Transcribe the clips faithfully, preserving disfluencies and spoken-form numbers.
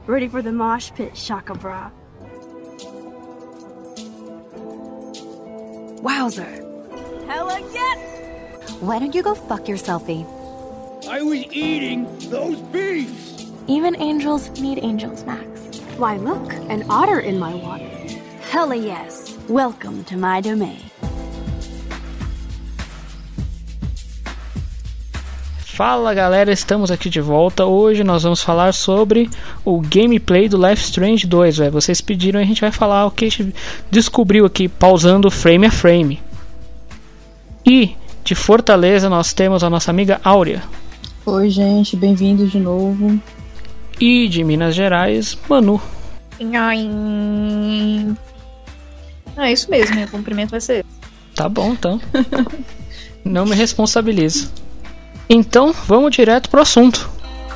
Ready for the mosh pit, Shaka Bra. Wowzer. Hella yes! Why don't you go fuck yourselfie? I was eating those beefs! Even angels need angels, Max. Why look, an otter in my water. Hella yes. Welcome to my domain. Fala galera, estamos aqui de volta. Hoje nós vamos falar sobre o gameplay do Life is Strange dois, véio. Vocês pediram e a gente vai falar o que a gente descobriu aqui, pausando frame a frame. E de Fortaleza nós temos a nossa amiga Áurea. Oi gente, bem-vindos de novo. E de Minas Gerais, Manu. É isso mesmo, meu cumprimento vai ser. Tá bom então. Não me responsabilizo. Então, vamos direto pro assunto.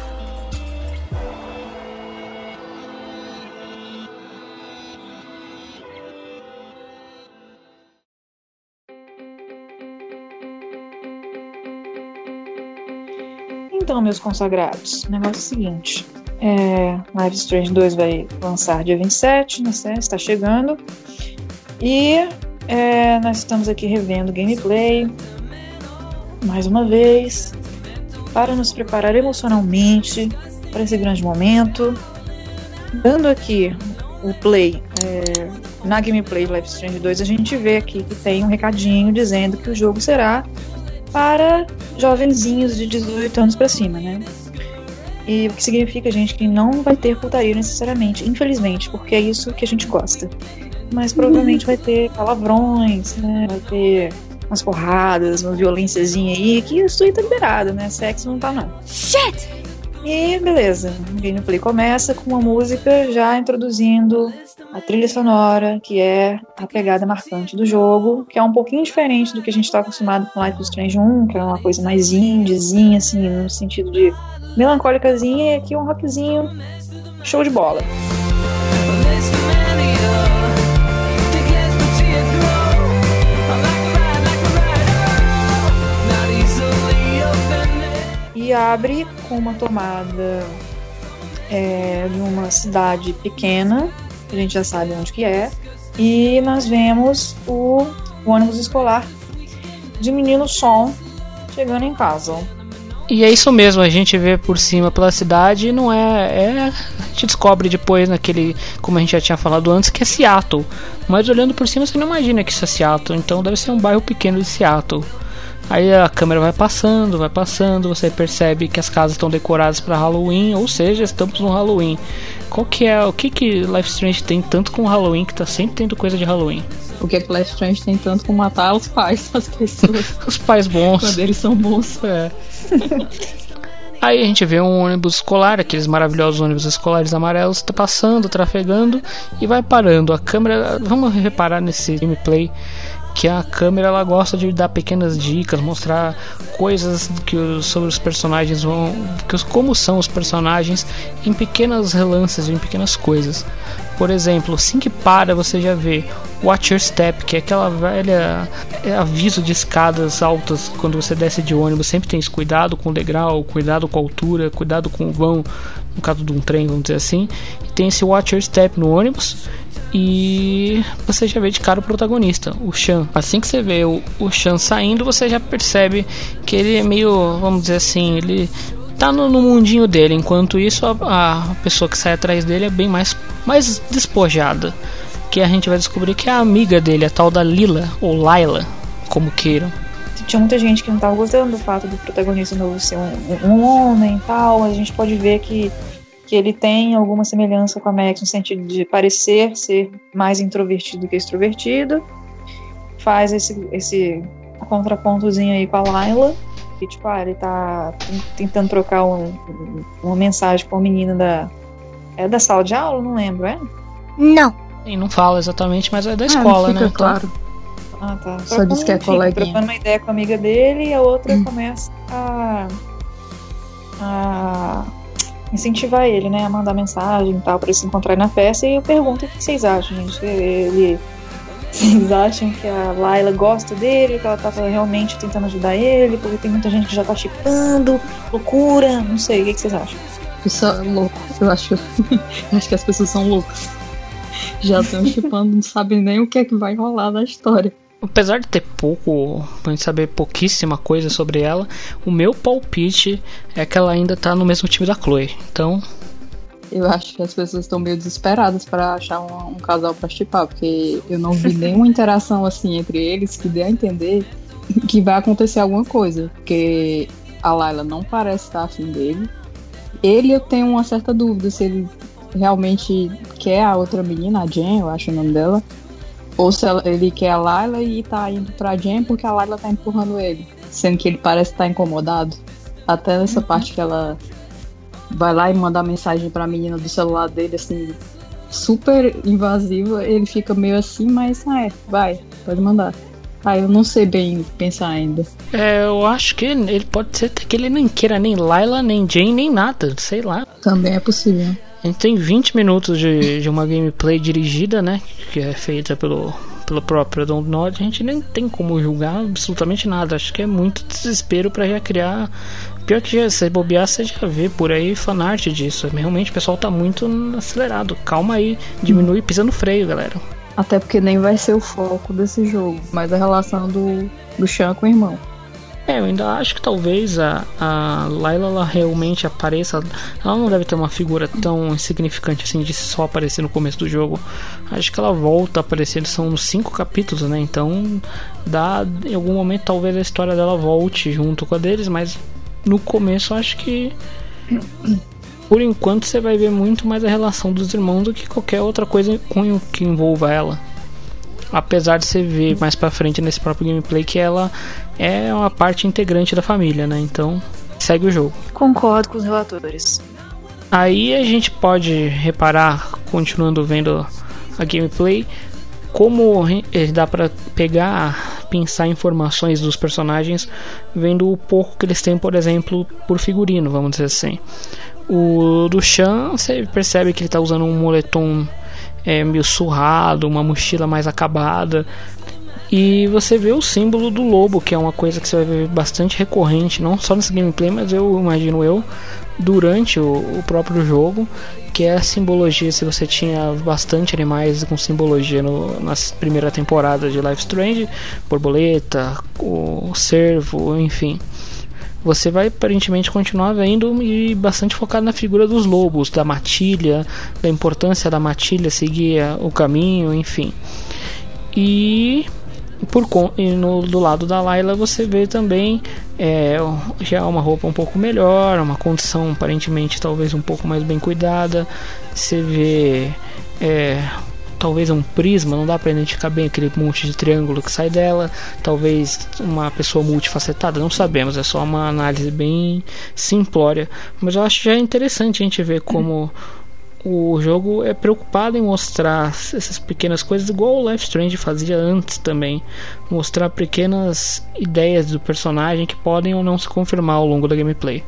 Então, meus consagrados, o negócio é o seguinte. É, Life is Strange dois vai lançar dia vinte e sete, né, está chegando. E é, nós estamos aqui revendo o gameplay mais uma vez, para nos preparar emocionalmente para esse grande momento. Dando aqui o play, é, na gameplay de Life is Strange dois, a gente vê aqui que tem um recadinho dizendo que o jogo será para jovenzinhos de dezoito anos para cima, né? E o que significa, gente, que não vai ter putaria necessariamente, infelizmente, porque é isso que a gente gosta. Mas provavelmente vai ter palavrões, né? Vai ter umas porradas, uma violênciazinha aí, que isso aí tá liberado, né? Sexo não tá, não. Shit! E beleza, o gameplay começa com uma música já introduzindo a trilha sonora, que é a pegada marcante do jogo, que é um pouquinho diferente do que a gente tá acostumado com Life is Strange um, que é uma coisa mais indiezinha, assim, no sentido de melancólicazinha, e aqui um rockzinho show de bola. E abre com uma tomada é, de uma cidade pequena, a gente já sabe onde que é, e nós vemos o, o ônibus escolar de Menino Som chegando em casa. E é isso mesmo, a gente vê por cima pela cidade e não é, é... A gente descobre depois naquele, como a gente já tinha falado antes, que é Seattle. Mas olhando por cima você não imagina que isso é Seattle, então deve ser um bairro pequeno de Seattle. Aí a câmera vai passando, vai passando, você percebe que as casas estão decoradas para Halloween, ou seja, estamos no Halloween. Qual que é, o que que Life is Strange tem tanto com Halloween, que tá sempre tendo coisa de Halloween? O que é que Life is Strange tem tanto com matar os pais, as pessoas? Os pais bons. Quando eles são bons. É. Aí a gente vê um ônibus escolar, aqueles maravilhosos ônibus escolares amarelos, tá passando, trafegando e vai parando. A câmera, vamos reparar nesse gameplay, que a câmera ela gosta de dar pequenas dicas, mostrar coisas que os, sobre os personagens vão, que os, como são os personagens em pequenos relances, em pequenas coisas. Por exemplo, assim que para você já vê Watch Your Step, que é aquela velha é aviso de escadas altas quando você desce de ônibus, sempre tem esse cuidado com o degrau, cuidado com a altura, cuidado com o vão, no caso de um trem, vamos dizer assim. E tem esse Watch Your Step no ônibus. E você já vê de cara o protagonista, o Sean. Assim que você vê o, o Sean saindo, você já percebe que ele é meio, vamos dizer assim, ele tá no, no mundinho dele. Enquanto isso, a, a pessoa que sai atrás dele é bem mais, mais despojada. Que a gente vai descobrir que é a amiga dele, a tal da Lila, ou Layla, como queiram. Tinha muita gente que não tava gostando do fato do protagonista novo ser um, um homem e tal, mas a gente pode ver que que ele tem alguma semelhança com a Max no sentido de parecer ser mais introvertido do que extrovertido. Faz esse, esse contrapontozinho aí com a Layla. E tipo, ah, ele tá tentando trocar um, uma mensagem com a menina da... É da sala de aula? Não lembro, é? Não. E não fala exatamente, mas é da ah, escola, fica né? Claro. Ah, tá. Só Trocando, diz que é enfim, coleguinha. Trocando uma ideia com a amiga dele e a outra hum. começa a... a... incentivar ele, né, a mandar mensagem e tal, pra eles se encontrarem na festa. E eu pergunto o que vocês acham, gente. Ele, vocês acham que a Layla gosta dele, que ela tá realmente tentando ajudar ele, porque tem muita gente que já tá chipando, loucura, não sei, o que vocês acham? Isso é louco. Eu acho, eu acho que as pessoas são loucas. Já estão chipando, não sabem nem o que é que vai rolar na história. Apesar de ter pouco, pra gente saber pouquíssima coisa sobre ela, o meu palpite é que ela ainda tá no mesmo time da Chloe. Então... eu acho que as pessoas estão meio desesperadas para achar um, um casal para chipar, porque eu não vi nenhuma interação assim entre eles que dê a entender que vai acontecer alguma coisa. Porque a Layla não parece estar afim dele. Ele, eu tenho uma certa dúvida se ele realmente quer a outra menina, a Jen, eu acho o nome dela, ou se ele quer a Layla e tá indo pra Jen porque a Layla tá empurrando ele, sendo que ele parece estar incomodado. Até nessa uhum. parte que ela vai lá e manda mensagem pra menina do celular dele, assim, super invasiva, ele fica meio assim, mas ah, é, vai, pode mandar. Ah, eu não sei bem pensar ainda. É, eu acho que ele pode ser que ele nem queira nem Layla, nem Jen, nem nada, sei lá. Também é possível. A gente tem vinte minutos de, de uma gameplay dirigida, né, que é feita pelo, pelo próprio Dontnod. A gente nem tem como julgar absolutamente nada. Acho que é muito desespero pra já criar. Pior que já, se bobear, você já vê por aí fanart disso. Realmente o pessoal tá muito acelerado. Calma aí, diminui, pisa no freio, galera. Até porque nem vai ser o foco desse jogo, mas a relação do, do Sean com o irmão. É, eu ainda acho que talvez a, a Layla ela realmente apareça. Ela não deve ter uma figura tão insignificante assim de só aparecer no começo do jogo. Acho que ela volta a aparecer, são cinco capítulos, né? Então, dá, em algum momento talvez a história dela volte junto com a deles, mas no começo acho que por enquanto você vai ver muito mais a relação dos irmãos do que qualquer outra coisa que envolva ela. Apesar de você ver mais pra frente nesse próprio gameplay que ela é uma parte integrante da família, né? Então, segue o jogo. Concordo com os relatores. Aí a gente pode reparar, continuando vendo a gameplay, como dá pra pegar, pensar informações dos personagens vendo o pouco que eles têm, por exemplo, por figurino, vamos dizer assim. O do Sean, você percebe que ele tá usando um moletom é, meio surrado, uma mochila mais acabada. E você vê o símbolo do lobo, que é uma coisa que você vai ver bastante recorrente, não só nesse gameplay, mas eu imagino eu, durante o, o próprio jogo, que é a simbologia. Se você tinha bastante animais com simbologia no, na primeira temporada de Life is Strange, borboleta, o cervo, enfim, você vai aparentemente continuar vendo e bastante focado na figura dos lobos, da matilha, da importância da matilha seguir o caminho, enfim. E por e no, do lado da Layla você vê também é, já uma roupa um pouco melhor, uma condição aparentemente talvez um pouco mais bem cuidada. Você vê é, talvez um prisma, não dá para identificar bem aquele monte de triângulo que sai dela, talvez uma pessoa multifacetada, não sabemos, é só uma análise bem simplória, mas eu acho já interessante a gente ver como o jogo é preocupado em mostrar essas pequenas coisas, igual o Life is Strange fazia antes também, mostrar pequenas ideias do personagem que podem ou não se confirmar ao longo da gameplay.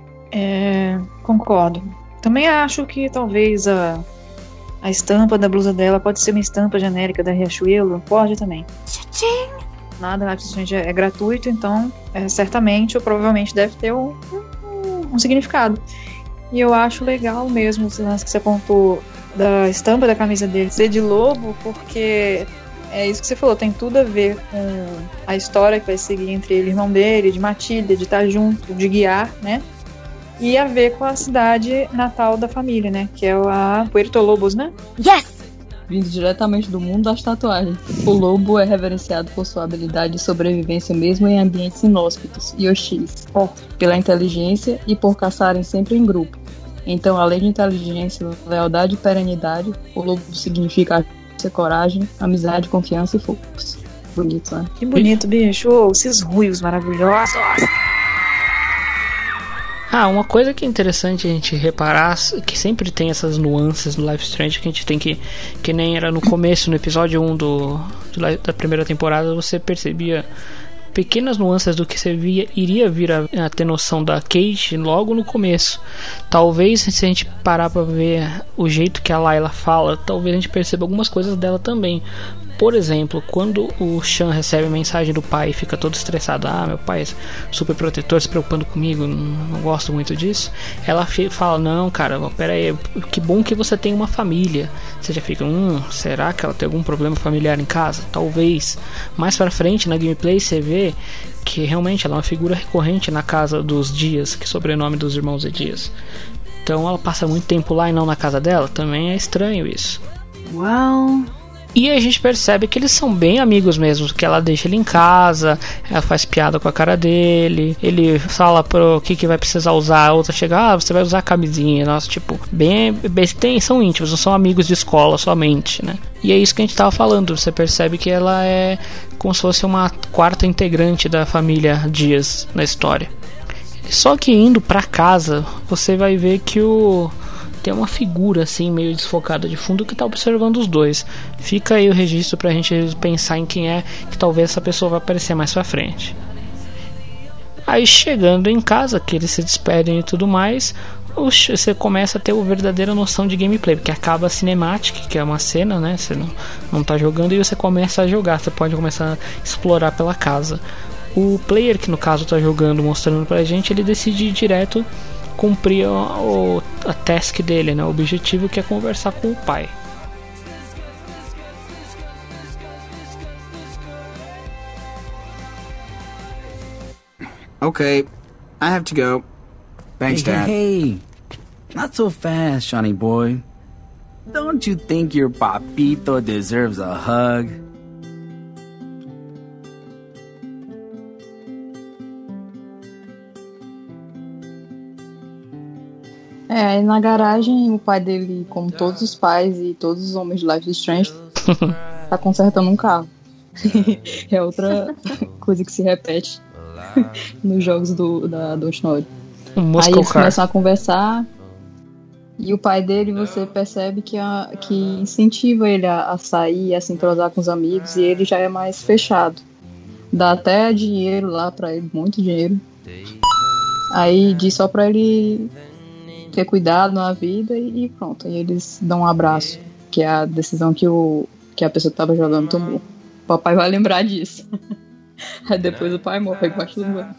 É, concordo. Também acho que talvez a, a estampa da blusa dela pode ser uma estampa genérica da Riachuelo, pode também. Tchim! Nada, Life is Strange é, é gratuito, então é, certamente ou provavelmente deve ter um, um, um significado. E eu acho legal mesmo esse lance que você apontou da estampa da camisa dele ser de lobo, porque é isso que você falou, tem tudo a ver com a história que vai seguir entre ele e o irmão dele, de Matilda, de estar junto, de guiar, né? E a ver com a cidade natal da família, né? Que é a Puerto Lobos, né? Yes! Vindo diretamente do mundo das tatuagens. O lobo é reverenciado por sua habilidade de sobrevivência mesmo em ambientes inóspitos e hostis, oh. pela inteligência e por caçarem sempre em grupo. Então, além de inteligência, lealdade e perenidade, o lobo significa coragem, amizade, confiança e força. Bonito, né? Que bonito, bicho. Oh, esses ruivos maravilhosos. Ah, uma coisa que é interessante a gente reparar, que sempre tem essas nuances no Life is Strange, que a gente tem que, que nem era no começo, no episódio um do, da primeira temporada, você percebia pequenas nuances do que você via, iria vir a, a ter noção da Kate logo no começo. Talvez se a gente parar pra ver o jeito que a Layla fala, talvez a gente perceba algumas coisas dela também. Por exemplo, quando o Sean recebe a mensagem do pai e fica todo estressado, ah, meu pai é super protetor, se preocupando comigo, não, não gosto muito disso, ela fala, não, cara, pera aí, que bom que você tem uma família. Você já fica, hum, será que ela tem algum problema familiar em casa? Talvez. Mais pra frente na gameplay você vê que realmente ela é uma figura recorrente na casa dos Dias, que é o sobrenome dos irmãos é Dias. Então ela passa muito tempo lá e não na casa dela. Também é estranho isso. Well... E a gente percebe que eles são bem amigos mesmo, que ela deixa ele em casa, ela faz piada com a cara dele, ele fala pro que que vai precisar usar, a outra chega, ah, você vai usar a camisinha, nossa, tipo, bem, bem tem, são íntimos, não são amigos de escola somente, né? E é isso que a gente tava falando, você percebe que ela é como se fosse uma quarta integrante da família Dias na história. Só que indo pra casa, você vai ver que o... tem uma figura assim meio desfocada de fundo que tá observando os dois. Fica aí o registro pra gente pensar em quem é, que talvez essa pessoa vai aparecer mais pra frente. Aí chegando em casa, que eles se despedem e tudo mais, você começa a ter a verdadeira noção de gameplay, porque acaba a cinemática, que é uma cena, né? Você não, não tá jogando e você começa a jogar, você pode começar a explorar pela casa. O player, que no caso tá jogando, mostrando pra gente, ele decide ir direto cumprir o, a task dele, né? O objetivo, que é conversar com o pai. Okay, I have to go. Thanks, hey, Dad. Hey, hey, not so fast, Johnny boy. Don't you think your papito deserves a hug? É, aí na garagem o pai dele, como todos os pais e todos os homens de Life is Strange, tá consertando um carro. É outra coisa que se repete nos jogos do, da Dontnod. Um aí eles car. começam a conversar e o pai dele, você percebe que, a, que incentiva ele a, a sair, a se entrosar com os amigos, e ele já é mais fechado. Dá até dinheiro lá pra ele, muito dinheiro. Aí diz só pra ele ter cuidado na vida e pronto. Aí eles dão um abraço, que é a decisão que, o, que a pessoa que tava jogando tomou. O papai vai lembrar disso. Aí depois o pai morre embaixo do banco.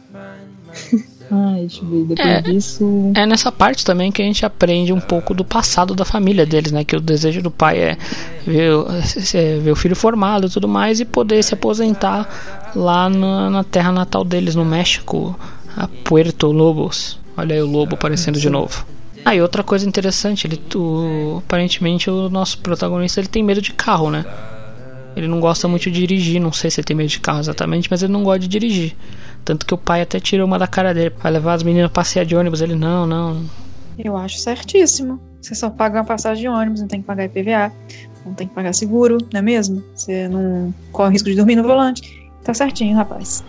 Ai, deixa eu ver, depois é, disso... É nessa parte também que a gente aprende um pouco do passado da família deles, né? Que o desejo do pai é ver, é, ver o filho formado e tudo mais, e poder se aposentar lá na, na terra natal deles, no México, a Puerto Lobos. Olha aí o lobo aparecendo Sim. de novo. Ah, e outra coisa interessante, ele, o, aparentemente o nosso protagonista, ele tem medo de carro, né? Ele não gosta muito de dirigir, não sei se ele tem medo de carro exatamente, mas ele não gosta de dirigir. Tanto que o pai até tirou uma da cara dele, vai levar as meninas a passear de ônibus. Ele, não, não. Eu acho certíssimo. Você só paga uma passagem de ônibus, não tem que pagar I P V A, não tem que pagar seguro, não é mesmo? Você não corre o risco de dormir no volante. Tá certinho, rapaz.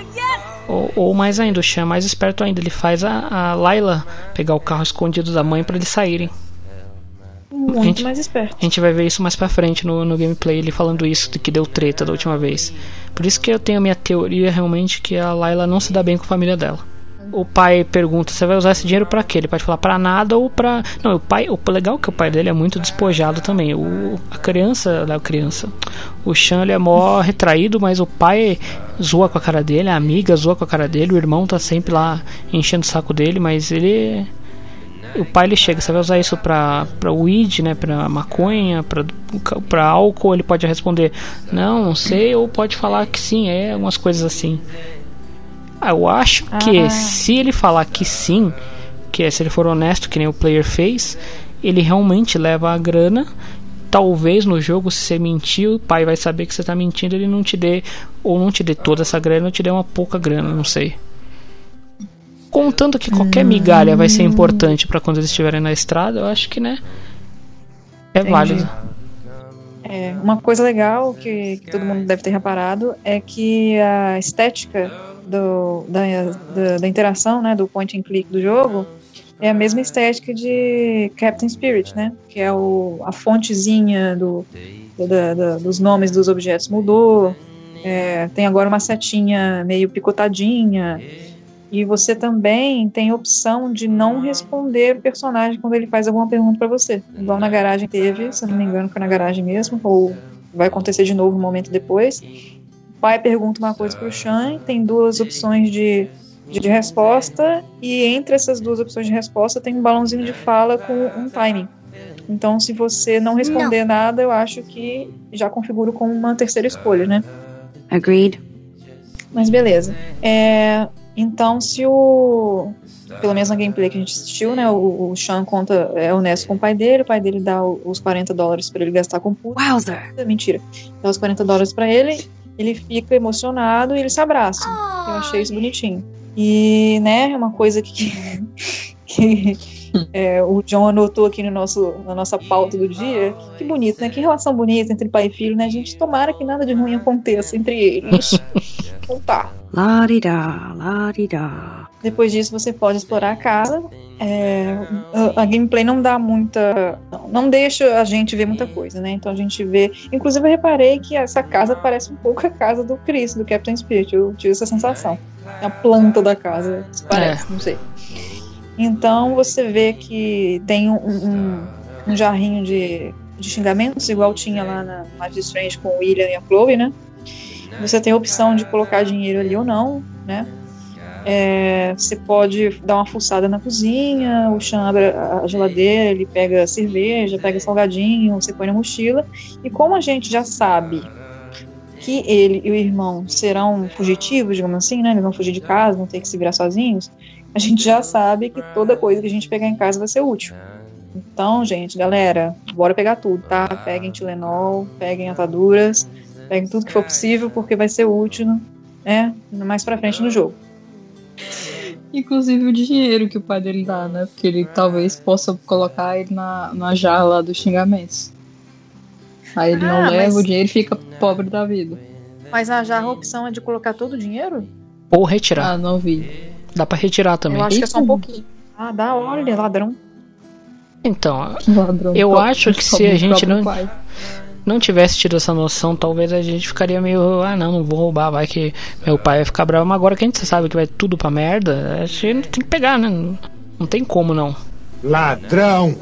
Ou, ou mais ainda, o Sean é mais esperto ainda. Ele faz a, a Layla pegar o carro escondido da mãe pra eles saírem. Muito gente, mais esperto. A gente vai ver isso mais pra frente no, no gameplay, ele falando isso, de que deu treta da última vez. Por isso que eu tenho a minha teoria realmente que a Layla não se dá bem com a família dela. O pai pergunta, você vai usar esse dinheiro pra quê? Ele pode falar pra nada ou pra... Não, o pai, o legal é que o pai dele é muito despojado também. O, a criança, a criança, o Sean, ele é mó retraído, mas o pai zoa com a cara dele, a amiga zoa com a cara dele, o irmão tá sempre lá enchendo o saco dele, mas ele... O pai, ele chega, você vai usar isso pra, pra weed, né, pra maconha, pra, pra álcool? Ele pode responder, não, não sei, ou pode falar que sim, é, umas coisas assim. Ah, eu acho que ah. se ele falar que sim, que é, se ele for honesto, que nem o player fez, ele realmente leva a grana. Talvez no jogo, se você mentir, o pai vai saber que você tá mentindo, ele não te dê, ou não te dê toda essa grana, ou te dê uma pouca grana, não sei. Contando que qualquer migalha vai ser importante pra quando eles estiverem na estrada, eu acho que, né, é Entendi. válido. É, uma coisa legal que, que todo mundo deve ter reparado é que a estética do, da, da, da interação, né, do point and click do jogo é a mesma estética de Captain Spirit, né, que é o, a fontezinha do, da, da, dos nomes dos objetos mudou, é, tem agora uma setinha meio picotadinha. E você também tem a opção de não responder o personagem quando ele faz alguma pergunta pra você. Igual na garagem teve, se eu não me engano foi na garagem mesmo, ou vai acontecer de novo um momento depois. O pai pergunta uma coisa pro Sean, tem duas opções de, de, de resposta, e entre essas duas opções de resposta tem um balãozinho de fala com um timing. Então, se você não responder não. nada, eu acho que já configuro como uma terceira escolha, né? Agreed. Mas beleza. É, então, se o... Pelo menos na gameplay que a gente assistiu, né? O, o Sean conta, é honesto com o pai dele, o pai dele dá os quarenta dólares pra ele gastar com puta. Wowzer! Mentira. Dá os quarenta dólares pra ele, ele fica emocionado e eles se abraçam. Oh. Eu achei isso bonitinho. E, né, é uma coisa que... que é, o John anotou aqui no nosso, na nossa pauta do dia. Que bonito, né? Que relação bonita entre pai e filho, né? Gente, tomara que nada de ruim aconteça entre eles. Então tá. Lá-di-dá, lá-di-dá. Depois disso você pode explorar a casa. É, a, a gameplay não dá muita... Não, não deixa a gente ver muita coisa, né? Então a gente vê... Inclusive eu reparei que essa casa parece um pouco a casa do Chris, do Captain Spirit. Eu tive essa sensação. A planta da casa parece, é. Não sei. Então você vê que tem um, um, um jarrinho de, de xingamentos, igual tinha lá na Life is Strange com o William e a Chloe, né? Você tem a opção de colocar dinheiro ali ou não, né? É, você pode dar uma fuçada na cozinha, o Sean abre a geladeira, ele pega cerveja, pega salgadinho, você põe na mochila. E como a gente já sabe que ele e o irmão serão fugitivos, digamos assim, né? Eles vão fugir de casa, vão ter que se virar sozinhos. A gente já sabe que toda coisa que a gente pegar em casa vai ser útil. Então, gente, galera, bora pegar tudo, tá? Peguem Tilenol, peguem ataduras, peguem tudo que for possível, porque vai ser útil, né? Mais pra frente no jogo. Inclusive o dinheiro que o pai dele dá, né? Porque ele talvez possa colocar ele na, na jarra lá dos xingamentos. Aí ele ah, não leva mas... o dinheiro e fica pobre da vida. Mas na jarra a opção é de colocar todo o dinheiro? Ou retirar. Ah, não vi. Dá pra retirar também. Eu acho que é só um pouquinho. Ah, dá, olha, ladrão. Então, ladrão, eu pô, acho que se a gente não, não tivesse tido essa noção, talvez a gente ficaria meio, ah não, não vou roubar, vai que meu pai vai ficar bravo. Mas agora que a gente sabe que vai tudo pra merda, a gente tem que pegar, né? Não, não tem como não. Ladrão!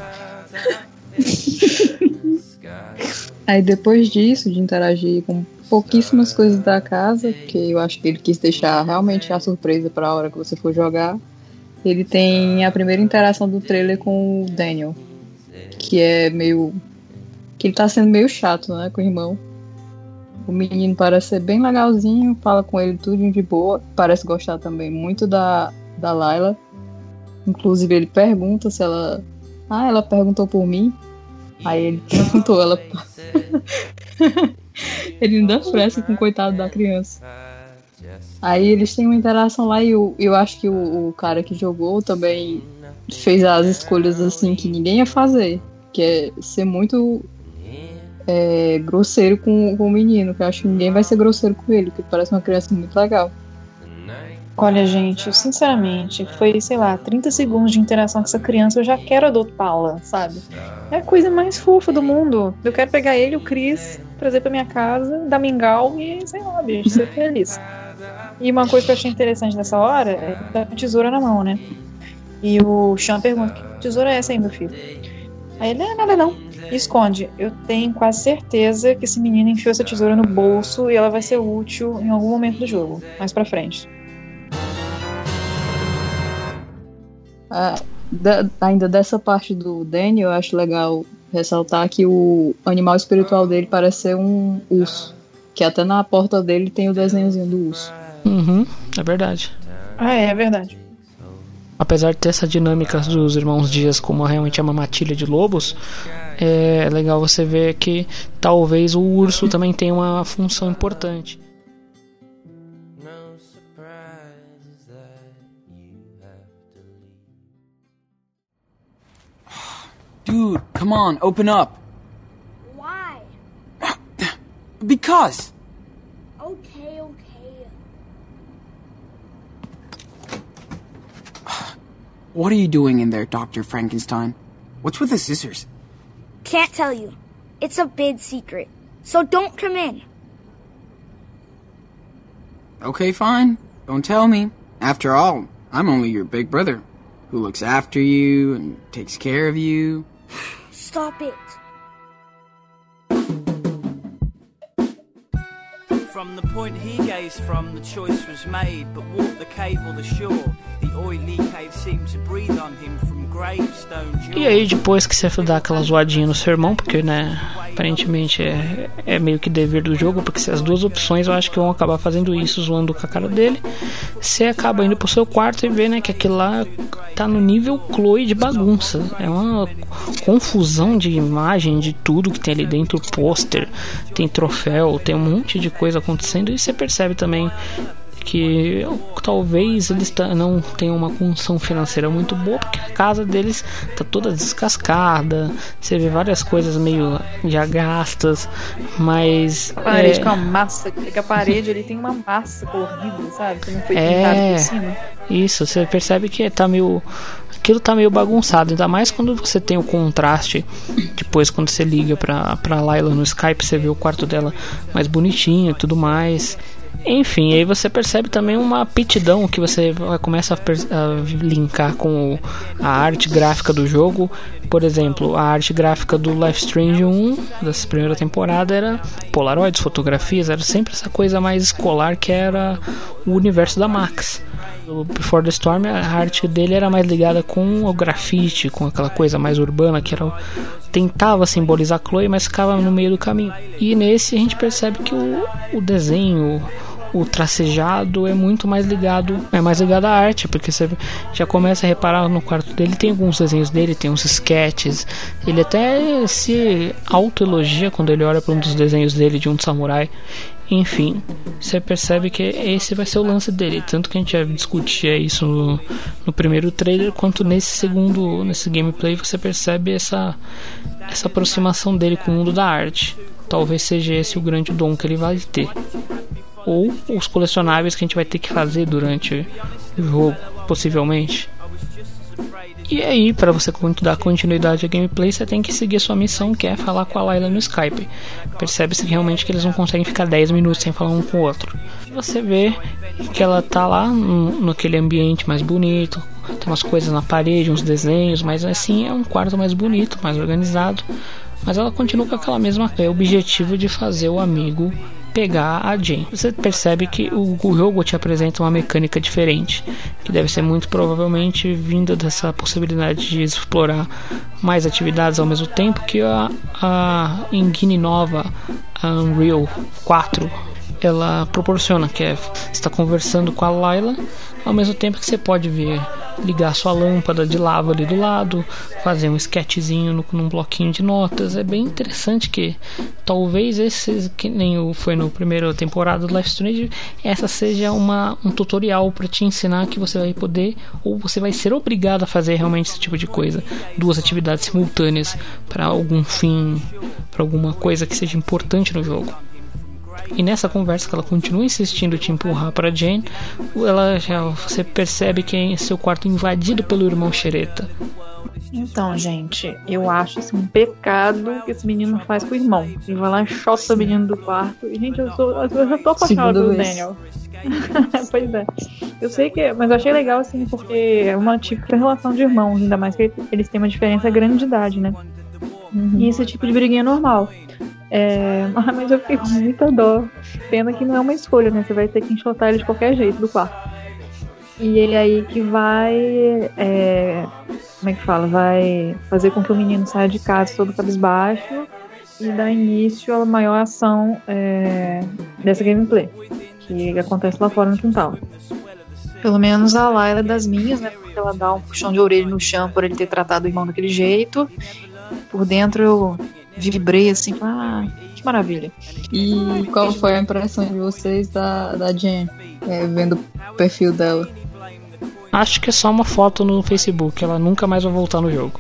Aí depois disso, de interagir com pouquíssimas coisas da casa, porque eu acho que ele quis deixar realmente a surpresa para a hora que você for jogar, ele tem a primeira interação do trailer com o Daniel, que é meio... que ele tá sendo meio chato, né, com o irmão. O menino parece ser bem legalzinho, fala com ele tudo de boa, parece gostar também muito da, da Layla. Inclusive ele pergunta se ela... Ah, ela perguntou por mim. Aí ele perguntou, ela... Ele ainda fresca com o coitado da criança. Aí eles têm uma interação lá e eu, eu acho que o, o cara que jogou também fez as escolhas assim que ninguém ia fazer, que é ser muito é, grosseiro com, com o menino, que eu acho que ninguém vai ser grosseiro com ele, porque parece uma criança muito legal. Olha, gente, sinceramente, foi, sei lá, trinta segundos de interação com essa criança, eu já quero adotá-la, sabe? É a coisa mais fofa do mundo. Eu quero pegar ele, o Chris, trazer pra minha casa, dar mingau e, sei lá, bicho, ser feliz. E uma coisa que eu achei interessante nessa hora é que tá com tesoura na mão, né? E o Sean pergunta, que tesoura é essa aí, meu filho? Aí ele, é nada não. E esconde. Eu tenho quase certeza que esse menino enfiou essa tesoura no bolso e ela vai ser útil em algum momento do jogo, mais pra frente. Ah, da, ainda dessa parte do Daniel, eu acho legal ressaltar que o animal espiritual dele parece ser um urso, que até na porta dele tem o desenhozinho do urso. Uhum, é verdade. Ah, é, é verdade. Apesar de ter essa dinâmica dos irmãos Dias como realmente é uma matilha de lobos, é legal você ver que talvez o urso também tenha uma função importante. Dude, come on, open up. Why? Because. Okay, okay. What are you doing in there, Doctor Frankenstein? What's with the scissors? Can't tell you. It's a big secret. So don't come in. Okay, fine. Don't tell me. After all, I'm only your big brother, who looks after you and takes care of you. Stop it. From the point he gazed from, the choice was made, but walk the cave or the shore. The oily cave seemed to breathe on him from gravestone. E aí, depois que você dá aquela zoadinha no seu irmão, porque, né, aparentemente é, é meio que dever do jogo, porque se as duas opções eu acho que vão acabar fazendo isso, zoando com a cara dele, você acaba indo pro seu quarto e vê, né, que aquilo lá tá no nível Chloe de bagunça. É uma confusão de imagem, de tudo que tem ali dentro, pôster, tem troféu, tem um monte de coisa acontecendo, e você percebe também que talvez eles não tenham uma condição financeira muito boa, porque a casa deles tá toda descascada, você vê várias coisas meio já gastas, mas a parede é... com a massa, que a parede ali tem uma massa corrida, sabe? Que não foi é... pintado por cima. Isso, você percebe que tá meio... aquilo tá meio bagunçado, ainda mais quando você tem o contraste. Depois, quando você liga pra, pra Layla no Skype, você vê o quarto dela mais bonitinho e tudo mais. Enfim, aí você percebe também uma aptidão que você começa a, a linkar com a arte gráfica do jogo. Por exemplo, a arte gráfica do Life is Strange um, dessa primeira temporada, era polaroids, fotografias, era sempre essa coisa mais escolar que era o universo da Max. O Before the Storm, a arte dele era mais ligada com o grafite, com aquela coisa mais urbana, que era, tentava simbolizar Chloe, mas ficava no meio do caminho. E nesse a gente percebe que o, o desenho, o tracejado é muito mais ligado, é mais ligado à arte, porque você já começa a reparar no quarto dele, tem alguns desenhos dele, tem uns sketches, ele até se autoelogia quando ele olha para um dos desenhos dele de um samurai. Enfim, você percebe que esse vai ser o lance dele, tanto que a gente já discutia isso no, no primeiro trailer, quanto nesse segundo, nesse gameplay você percebe essa, essa aproximação dele com o mundo da arte. Talvez seja esse o grande dom que ele vai ter, ou os colecionáveis que a gente vai ter que fazer durante o jogo, possivelmente. E aí, para você dar continuidade à gameplay, você tem que seguir a sua missão, que é falar com a Layla no Skype. Percebe-se realmente que eles não conseguem ficar dez minutos sem falar um com o outro. E você vê que ela tá lá no, naquele ambiente mais bonito, tem umas coisas na parede, uns desenhos, mas assim é um quarto mais bonito, mais organizado. Mas ela continua com aquela mesma é, objetivo de fazer o amigo pegar a Jane. Você percebe que o, o jogo te apresenta uma mecânica diferente, que deve ser muito provavelmente vinda dessa possibilidade de explorar mais atividades ao mesmo tempo, que a, a engine nova, a Unreal quatro, ela proporciona, que é você está conversando com a Layla ao mesmo tempo que você pode ver, ligar sua lâmpada de lava ali do lado, fazer um sketchzinho no, num bloquinho de notas. É bem interessante que talvez esse, que nem o, foi no primeiro temporada do Life is Strange, essa seja uma, um tutorial para te ensinar que você vai poder, ou você vai ser obrigado a fazer realmente esse tipo de coisa, duas atividades simultâneas para algum fim, para alguma coisa que seja importante no jogo. E nessa conversa que ela continua insistindo em te empurrar para Jane, ela já, você percebe que é seu quarto invadido pelo irmão xereta. Então, gente, eu acho assim, um pecado que esse menino faz com o irmão. Ele vai lá e chota o menino do quarto. E, gente, eu, sou, eu já tô apaixonada pelo Daniel. Pois é. Eu sei que... Mas eu achei legal, assim, porque é uma típica relação de irmãos. Ainda mais que eles têm uma diferença grande de idade, né? Uhum. E esse tipo de briguinha é normal. É, mas eu fiquei com muita dó. Pena que não é uma escolha, né? Você vai ter que enxotar ele de qualquer jeito do quarto. E ele aí que vai... É, como é que fala? Vai fazer com que o menino saia de casa todo cabisbaixo e dar início à maior ação é, dessa gameplay, que acontece lá fora no quintal. Pelo menos a Layla é das minhas, né? Porque ela dá um puxão de orelha no chão por ele ter tratado o irmão daquele jeito. Por dentro eu vibrei assim, ah, que maravilha. E qual foi a impressão de vocês da, da Jen, é, vendo o perfil dela? Acho que é só uma foto no Facebook, ela nunca mais vai voltar no jogo.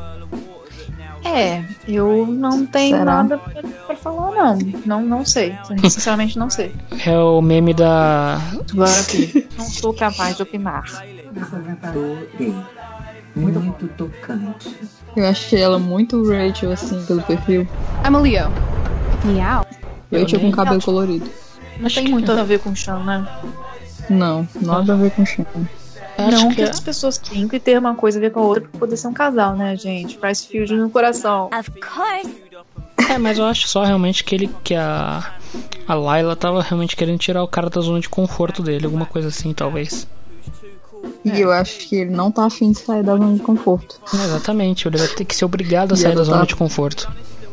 É, eu não tenho Será? nada pra, pra falar, não. Não, não sei. Sinceramente, não sei. É o meme da... Agora aqui. Não sou capaz de opinar. Adorei. Muito tocante. Eu achei ela muito Rachel, assim, pelo perfil. I'm a Leo. Meow. Rachel com cabelo colorido. Não tem muito a ver com o chão, né? Não, nada a ver com o chão. Não que, que as pessoas têm que ter uma coisa a ver com a outra pra poder ser um casal, né, gente? Faz fio no coração. Of course. É, mas eu acho só realmente que ele que a a Layla tava realmente querendo tirar o cara da zona de conforto dele, alguma coisa assim, talvez. E é. eu acho que ele não tá afim de sair da zona de conforto. É, exatamente, ele vai ter que ser obrigado a e sair da zona tá... de conforto.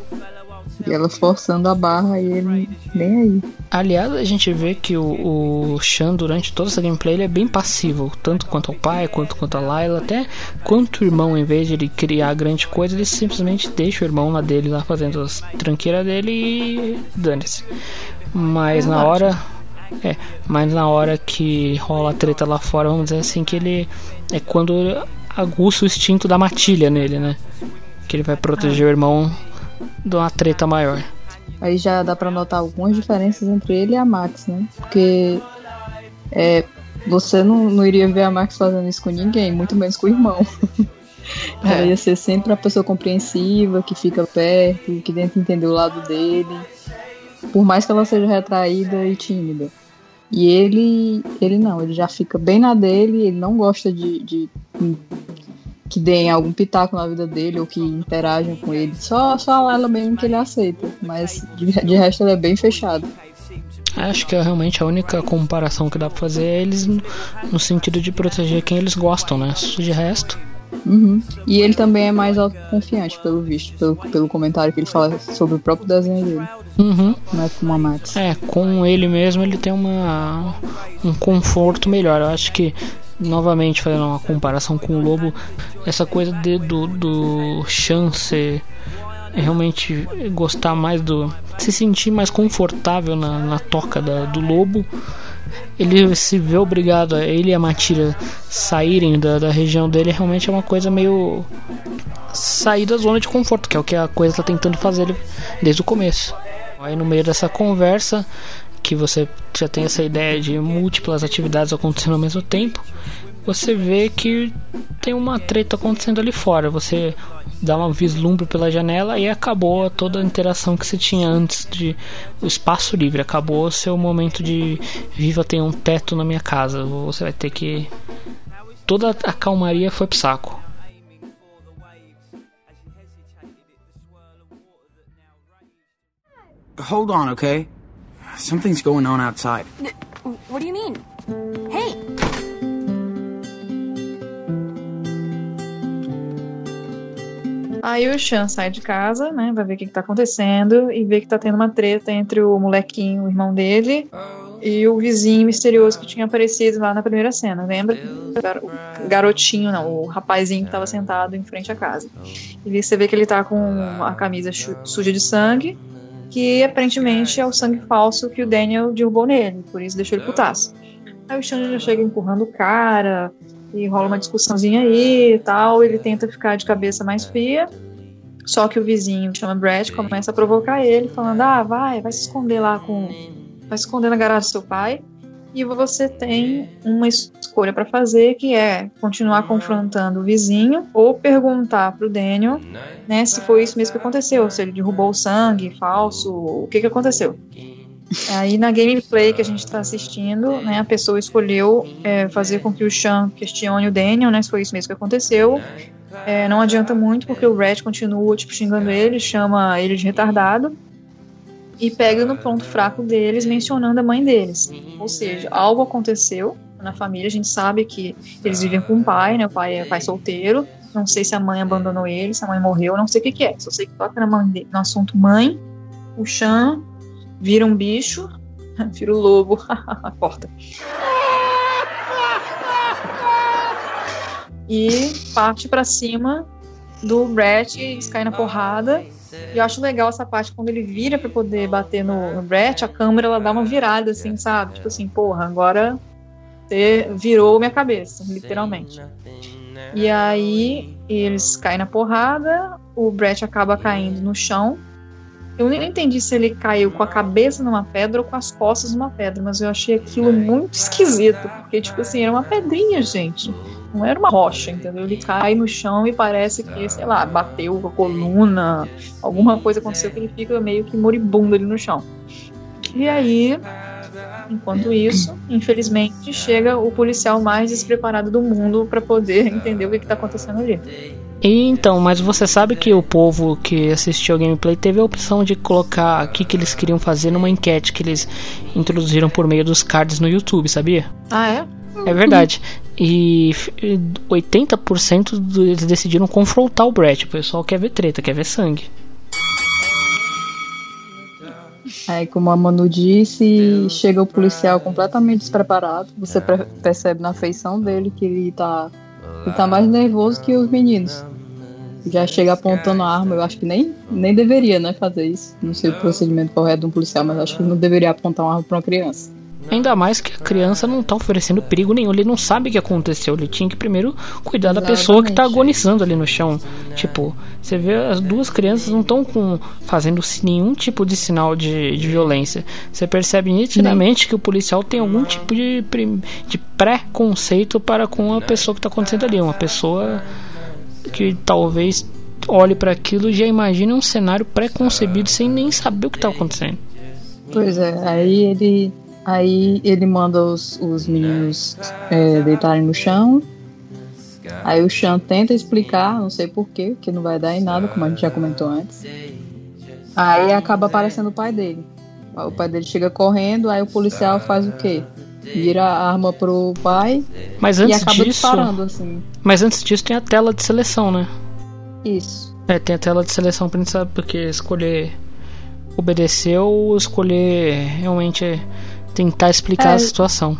E ela forçando a barra e ele nem aí. Aliás, a gente vê que o, o Sean, durante toda essa gameplay, ele é bem passivo, tanto quanto ao pai, quanto quanto a Layla, até quanto o irmão, em vez de ele criar grande coisa, ele simplesmente deixa o irmão lá dele, lá fazendo as tranqueiras dele e dane-se. Mas é na hora... É, mas na hora que rola a treta lá fora, vamos dizer assim, que ele... É quando aguça o instinto da matilha nele, né? Que ele vai proteger ah. o irmão de uma treta maior. Aí já dá pra notar algumas diferenças entre ele e a Max, né? Porque é, você não, não iria ver a Max fazendo isso com ninguém, muito menos com o irmão. É. Ela ia ser sempre a pessoa compreensiva, que fica perto, que tenta entender o lado dele, por mais que ela seja retraída e tímida. E ele, ele não, ele já fica bem na dele, ele não gosta de... de que deem algum pitaco na vida dele ou que interajam com ele. Só, só ela mesmo que ele aceita. Mas de, de resto ele é bem fechado. Acho que é realmente a única comparação que dá pra fazer é eles no, no sentido de proteger quem eles gostam, né? De resto. Uhum. E ele também é mais autoconfiante, pelo visto, pelo, pelo comentário que ele fala sobre o próprio desenho dele. Uhum. Não é como a Max. É, com ele mesmo ele tem uma, um conforto melhor. Eu acho que, novamente, fazendo uma comparação com o Lobo, essa coisa de, do, do chance realmente gostar mais do... se sentir mais confortável na, na toca da, do Lobo. Ele se vê obrigado a ele e a Matilha saírem da, da região dele, realmente é uma coisa meio sair da zona de conforto, que é o que a coisa está tentando fazer desde o começo. Aí no meio dessa conversa, que você já tem essa ideia de múltiplas atividades acontecendo ao mesmo tempo, você vê que tem uma treta acontecendo ali fora. Você dá um vislumbre pela janela e acabou toda a interação que você tinha antes de o espaço livre. Acabou o seu momento de viva, tem um teto na minha casa. Você vai ter que... toda a calmaria foi pro saco. Hold on, okay? Something's going on outside. What do you mean? Hey! Aí o Sean sai de casa, né, vai ver o que, que tá acontecendo e vê que tá tendo uma treta entre o molequinho, o irmão dele, e o vizinho misterioso que tinha aparecido lá na primeira cena, lembra? O garotinho, não, o rapazinho que tava sentado em frente à casa. E você vê que ele tá com a camisa suja de sangue, que aparentemente é o sangue falso que o Daniel derrubou nele, por isso deixou ele putaço. Aí o Sean já chega empurrando o cara, e rola uma discussãozinha aí e tal, ele tenta ficar de cabeça mais fria, só que o vizinho, que chama Brett, começa a provocar ele, falando, ah, vai, vai se esconder lá com... vai se esconder na garagem do seu pai, e você tem uma escolha pra fazer, que é continuar confrontando o vizinho, ou perguntar pro Daniel, né, se foi isso mesmo que aconteceu, se ele derrubou o sangue falso, o que que aconteceu. Aí na gameplay que a gente está assistindo, né, a pessoa escolheu é, fazer com que o Sean questione o Daniel, né, se foi isso mesmo que aconteceu. É, não adianta muito, porque o Brett continua tipo, xingando ele, chama ele de retardado e pega no ponto fraco deles, mencionando a mãe deles. Ou seja, algo aconteceu na família, a gente sabe que eles vivem com o pai, né, o pai é pai solteiro, não sei se a mãe abandonou ele, se a mãe morreu, não sei o que que é, só sei que toca na mãe dele, no assunto mãe, o Sean vira um bicho, vira o lobo, a porta. E parte pra cima do Brett e cai na porrada. E eu acho legal essa parte quando ele vira pra poder bater no, no Brett, a câmera ela dá uma virada assim, sabe? Tipo assim, porra, agora você virou minha cabeça, literalmente. E aí eles caem na porrada, o Brett acaba caindo no chão. Eu nem entendi se ele caiu com a cabeça numa pedra ou com as costas numa pedra, mas eu achei aquilo muito esquisito, porque, tipo assim, era uma pedrinha, gente. Não era uma rocha, entendeu? Ele cai no chão e parece que, sei lá, bateu com a coluna, alguma coisa aconteceu que ele fica meio que moribundo ali no chão. E aí, enquanto isso, infelizmente, chega o policial mais despreparado do mundo pra poder entender o que que tá acontecendo ali. E então, mas você sabe que o povo que assistiu ao gameplay teve a opção de colocar o que, que eles queriam fazer numa enquete que eles introduziram por meio dos cards no YouTube, sabia? Ah, é? É verdade. E oitenta por cento eles decidiram confrontar o Brett. O pessoal quer ver treta, quer ver sangue. Aí, como a Manu disse, chega o policial completamente despreparado. Você percebe na feição dele que ele tá, ele tá mais nervoso que os meninos. Já chega apontando a arma. Eu acho que nem, nem deveria, né, fazer isso. Não sei o procedimento correto de um policial, mas acho que não deveria apontar uma arma pra uma criança. Ainda mais que a criança não tá oferecendo perigo nenhum. Ele não sabe o que aconteceu. Ele tinha que primeiro cuidar da Exatamente. pessoa que tá agonizando ali no chão. Tipo, você vê as duas crianças não estão com fazendo nenhum tipo de sinal de, de violência. Você percebe nitidamente que o policial tem algum tipo de, de pré-conceito para com a pessoa que tá acontecendo ali. Uma pessoa que talvez olhe para aquilo e já imagine um cenário pré-concebido sem nem saber o que tá acontecendo. Pois é, aí ele... Aí ele manda os, os meninos é, deitarem no chão. Aí o Sean tenta explicar, não sei porquê, que não vai dar em nada, como a gente já comentou antes. Aí acaba aparecendo o pai dele. O pai dele chega correndo, aí o policial faz o quê? Vira a arma pro pai mas antes e acaba disso, disparando, assim. Mas antes disso tem a tela de seleção, né? Isso. É, tem a tela de seleção pra gente saber, porque escolher obedecer ou escolher realmente... tentar explicar é, a situação.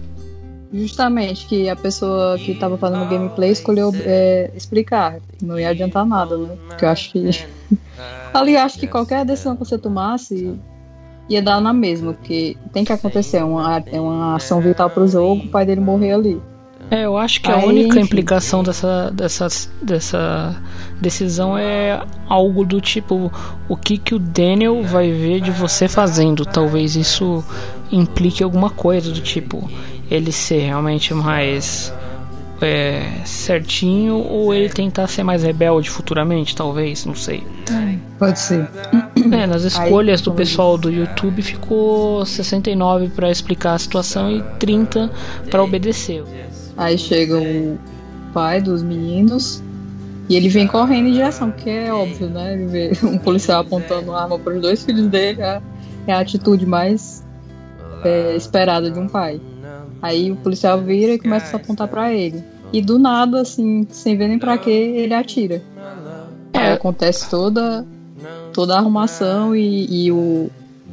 Justamente, que a pessoa que estava fazendo o gameplay escolheu é, explicar. Não ia adiantar nada, né? Porque eu acho que... Ali, acho que qualquer decisão que você tomasse ia dar na mesma, porque tem que acontecer uma, é uma ação vital pro jogo, o pai dele morrer ali. É, eu acho que a Aí, única enfim. implicação dessa, dessa, dessa decisão é algo do tipo, o que, que o Daniel vai ver de você fazendo. Talvez isso implique alguma coisa do tipo, ele ser realmente mais é, certinho, ou ele tentar ser mais rebelde futuramente, talvez, não sei. Pode ser. É, nas escolhas Aí, do pessoal do YouTube ficou sessenta e nove para explicar a situação e trinta para obedecer. Aí chega o pai dos meninos e ele vem correndo em direção, porque é óbvio, né? Ele vê um policial apontando uma arma para os dois filhos dele, é, é a atitude mais é, esperada de um pai. Aí o policial vira e começa a apontar para ele. E do nada, assim, sem ver nem pra quê, ele atira. É. Aí acontece toda, toda a arrumação e, e o,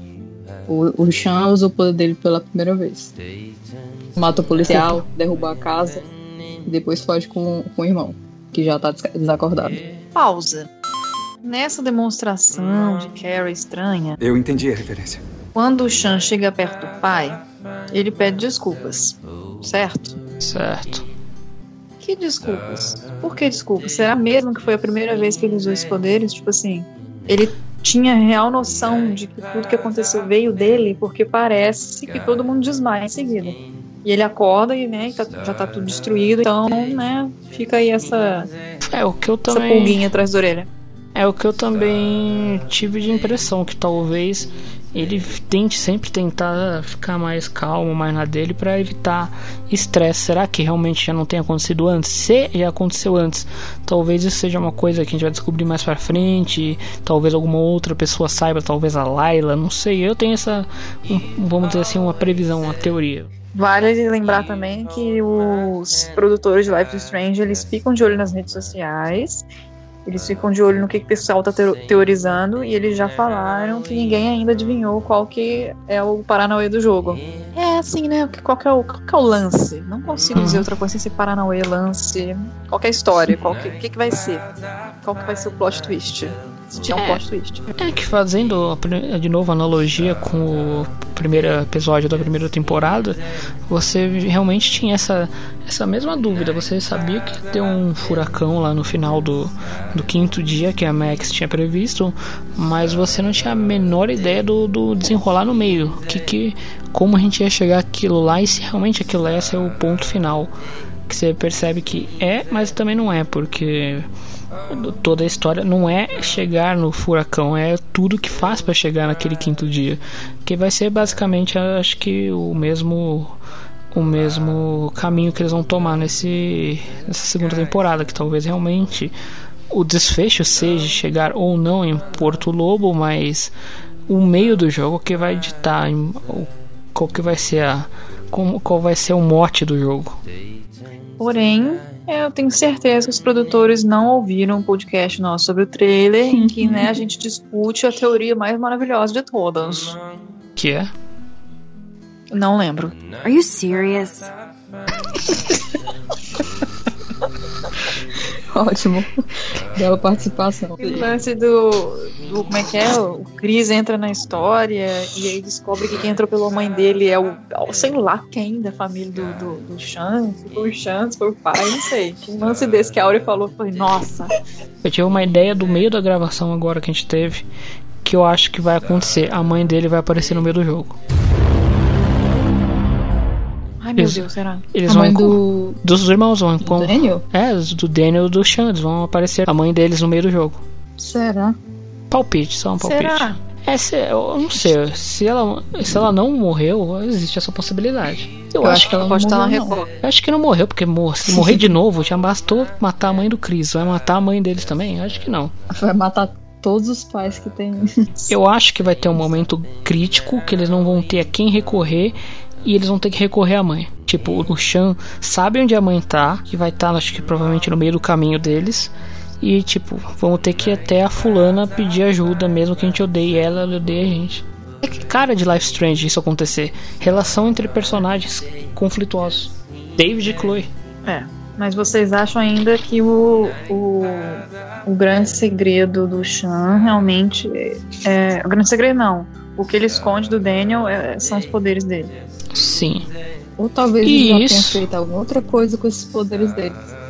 o, o Sean usa o poder dele pela primeira vez. Mata o policial, derruba a casa e depois foge com, com o irmão, que já tá desacordado. Pausa. Nessa demonstração de Carrie estranha, Eu entendi a referência. quando o Sean chega perto do pai, ele pede desculpas, certo? Certo. Que desculpas? Por que desculpas? Será mesmo que foi a primeira vez que ele usou esses poderes? Tipo assim, ele tinha real noção de que tudo que aconteceu veio dele, porque parece que todo mundo desmaia em seguida. E ele acorda e, né, tá, já tá tudo destruído, então, né, fica aí essa, é, o que eu essa também... pulguinha atrás da orelha. É o que eu também tive de impressão, que talvez ele tente sempre tentar ficar mais calmo, mais na dele, para evitar estresse. Será que realmente já não tem acontecido antes? Se já aconteceu antes, talvez isso seja uma coisa que a gente vai descobrir mais pra frente, talvez alguma outra pessoa saiba, talvez a Layla, não sei. Eu tenho essa, um, vamos dizer assim, uma previsão, uma teoria. Vale lembrar também que os produtores de Life is Strange, eles ficam de olho nas redes sociais, eles ficam de olho no que o pessoal está teorizando, e eles já falaram que ninguém ainda adivinhou qual que é o Paranauê do jogo. É assim, né? Qual que é o, qual que é o lance? Não consigo dizer outra coisa sem ser Paranauê, lance. Qual que é a história? Qual que, que, que vai ser? Qual que vai ser o plot twist? Se tinha um É. plot twist. É que fazendo a pri- de novo a analogia com o primeiro episódio da primeira temporada, você realmente tinha essa, essa mesma dúvida. Você sabia que ia ter um furacão lá no final do, do quinto dia que a Max tinha previsto, mas você não tinha a menor ideia do, do desenrolar no meio, que, que, como a gente ia chegar àquilo lá e se realmente aquilo ia ser o ponto final. Que você percebe que é, mas também não é, porque toda a história não é chegar no furacão, é tudo que faz para chegar naquele quinto dia, que vai ser basicamente, acho que o mesmo o mesmo caminho que eles vão tomar nesse, nessa segunda temporada, que talvez realmente o desfecho seja chegar ou não em Porto Lobo, mas o meio do jogo que vai ditar em, qual que vai ser a como, qual vai ser o mote do jogo. Porém, eu tenho certeza que os produtores não ouviram um podcast nosso sobre o trailer, em que, né, a gente discute a teoria mais maravilhosa de todas. Que é? Não lembro. Are you serious? Ótimo. Bela participação. O lance do, do. Como é que é? O Chris entra na história e aí descobre que quem entrou pela mãe dele é o. Sei lá quem da família do, do, do Sean. Se foi o Sean, se foi o pai, não sei. Um lance desse que a Auri falou, foi nossa. Eu tive uma ideia do meio da gravação agora que a gente teve, que eu acho que vai acontecer. A mãe dele vai aparecer no meio do jogo. Ai, meu eles, Deus, será? Eles a vão mãe do... dos irmãos vão do com... Daniel? É, do Daniel e do Sean. Eles vão aparecer a mãe deles no meio do jogo. Será? Palpite, só um palpite. Será? É, se, eu não sei. Se ela, se ela não morreu, existe essa possibilidade. Eu, eu acho, acho que ela pode estar na Record. Eu acho que não morreu, porque mor- se morrer de novo, já bastou matar a mãe do Chris. Vai matar a mãe deles também? Eu acho que não. Vai matar todos os pais que tem. Eu acho que vai ter um momento crítico que eles não vão ter a quem recorrer e eles vão ter que recorrer à mãe. Tipo, o Sean sabe onde a mãe tá, que vai estar, tá, acho que provavelmente no meio do caminho deles. E tipo, vamos ter que ir até a fulana pedir ajuda, mesmo que a gente odeie ela, ela odeia a gente. É que cara de Life is Strange isso acontecer. Relação entre personagens conflituosos. David e Chloe. É, mas vocês acham ainda que o, o, o grande segredo do Sean realmente é... O grande segredo não. O que ele esconde do Daniel é, são os poderes dele. Sim. Ou talvez ele já tenha feito alguma outra coisa com esses poderes dele.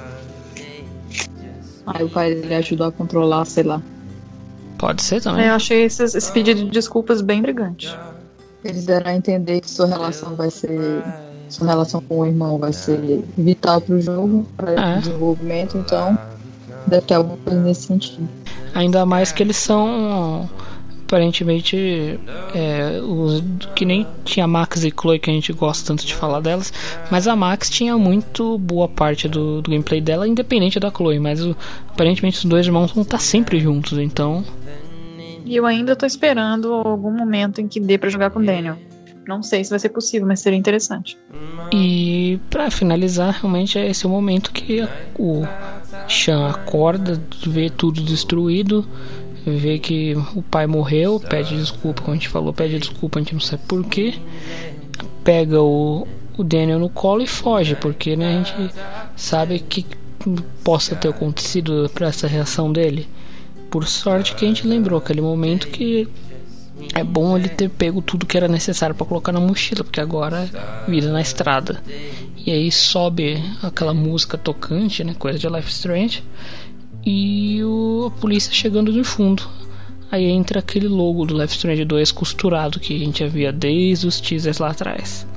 Aí o pai dele ajudou a controlar, sei lá. Pode ser também. Eu achei esse, esse pedido de desculpas bem brigante. Eles deram a entender que sua relação vai ser... Sua relação com o irmão vai ser vital pro jogo, para é. o desenvolvimento, então deve ter alguma coisa nesse sentido. Ainda mais que eles são... aparentemente é, os, que nem tinha Max e Chloe, que a gente gosta tanto de falar delas, mas a Max tinha muito boa parte do, do gameplay dela, independente da Chloe, mas o, aparentemente os dois irmãos vão estar sempre juntos, então... E eu ainda tô esperando algum momento em que dê pra jogar com o Daniel. Não sei se vai ser possível, mas seria interessante. E pra finalizar, realmente é esse o momento que a, o Sean acorda, vê tudo destruído, vê que o pai morreu, pede desculpa, como a gente falou, pede desculpa, a gente não sabe porquê, pega o, o Daniel no colo e foge, porque, né, a gente sabe que possa ter acontecido para essa reação dele. Por sorte que a gente lembrou aquele momento que é bom ele ter pego tudo que era necessário para colocar na mochila, porque agora é vida na estrada. E aí sobe aquela música tocante, né, coisa de Life is Strange, e o, a polícia chegando no fundo. Aí entra aquele logo do Life is Strange dois costurado que a gente havia desde os teasers lá atrás.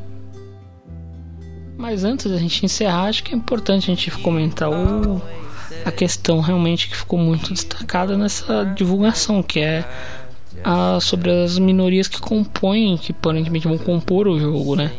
Mas antes da gente encerrar, acho que é importante a gente comentar o, a questão realmente que ficou muito destacada nessa divulgação, que é a, sobre as minorias que compõem, que aparentemente vão compor o jogo, né?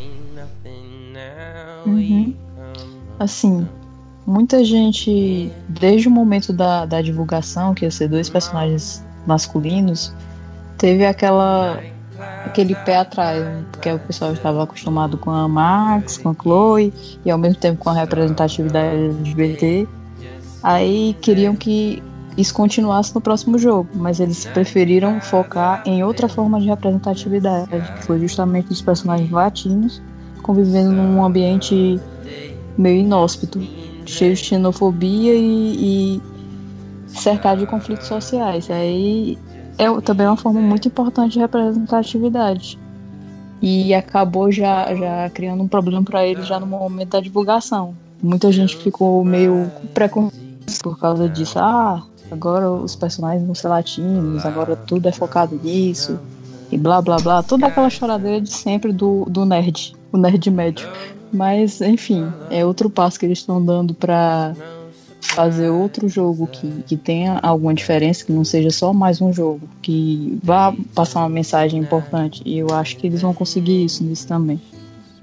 Uhum. Assim, muita gente, desde o momento da, da divulgação, que ia ser dois personagens masculinos, teve aquela aquele pé atrás, né? Porque o pessoal estava acostumado com a Max, com a Chloe, e ao mesmo tempo com a representatividade L G B T. Aí queriam que isso continuasse no próximo jogo, mas eles preferiram focar em outra forma de representatividade, que foi justamente os personagens latinos convivendo num ambiente meio inóspito, cheio de xenofobia e, e cercado de conflitos sociais. Aí é também uma forma muito importante de representatividade. E acabou já, já criando um problema para eles já no momento da divulgação. Muita gente ficou meio preconceituosa por causa disso. Ah, agora os personagens vão ser latinos, agora tudo é focado nisso, e blá blá blá. Toda aquela choradeira de sempre do, do nerd, o nerd médio. Mas, enfim, é outro passo que eles estão dando para fazer outro jogo que, que tenha alguma diferença, que não seja só mais um jogo, que vá passar uma mensagem importante. E eu acho que eles vão conseguir isso nisso também.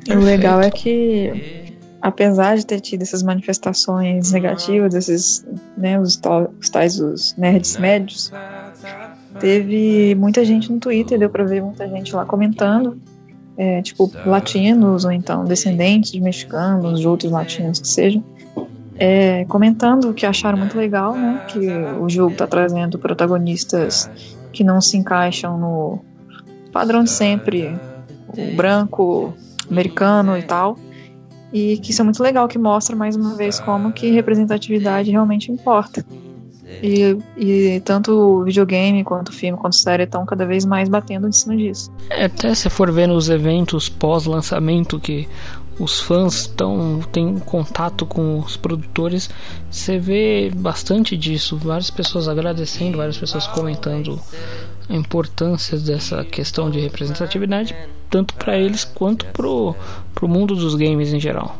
O legal é que, apesar de ter tido essas manifestações negativas, esses, né, os, os tais os nerds médios, teve muita gente no Twitter, deu pra ver muita gente lá comentando, é, tipo, latinos ou então descendentes de mexicanos, de outros latinos que sejam, é, comentando que acharam muito legal, né, que o jogo tá trazendo protagonistas que não se encaixam no padrão de sempre, o branco, americano e tal, e que isso é muito legal, que mostra mais uma vez como que representatividade realmente importa. E, e tanto o videogame, quanto o filme, quanto a série estão cada vez mais batendo em cima disso. É, até se for ver nos eventos pós-lançamento que os fãs tão, têm contato com os produtores, você vê bastante disso, várias pessoas agradecendo, várias pessoas comentando a importância dessa questão de representatividade, tanto para eles quanto pro, pro mundo dos games em geral.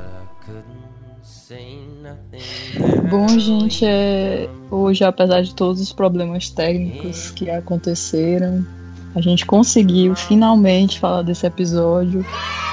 Bom, gente, é... hoje, apesar de todos os problemas técnicos que aconteceram, a gente conseguiu finalmente falar desse episódio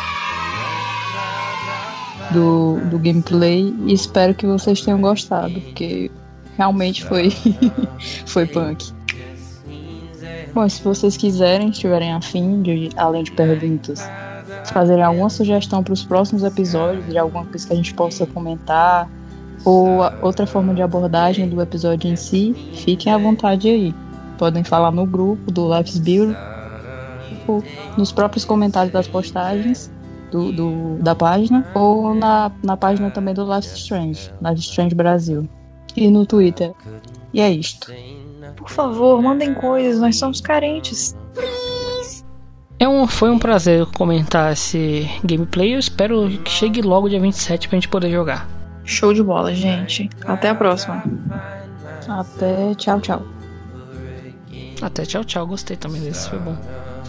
do, do gameplay, e espero que vocês tenham gostado, porque realmente foi foi punk. Bom, se vocês quiserem, estiverem afim, de, além de perguntas, fazerem alguma sugestão para os próximos episódios, de alguma coisa que a gente possa comentar, ou outra forma de abordagem do episódio em si, fiquem à vontade aí. Podem falar no grupo do Life's Build, ou nos próprios comentários das postagens do, do, da página, ou na, na página também do Life Strange, Life Strange Brasil, e no Twitter. E é isto. Por favor, mandem coisas, nós somos carentes. É um, foi um prazer comentar esse gameplay. Eu espero que chegue logo dia vinte e sete pra gente poder jogar. Show de bola, gente. Até a próxima. Até tchau, tchau. Até tchau, tchau. Gostei também desse, foi bom.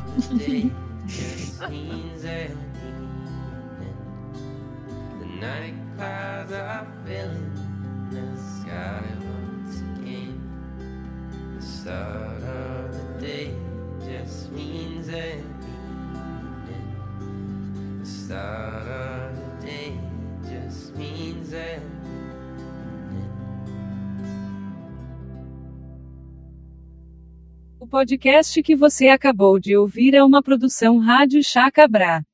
Start of the day just means ending. The start of the day just means ending. O podcast que você acabou de ouvir é uma produção Rádio Chacabra.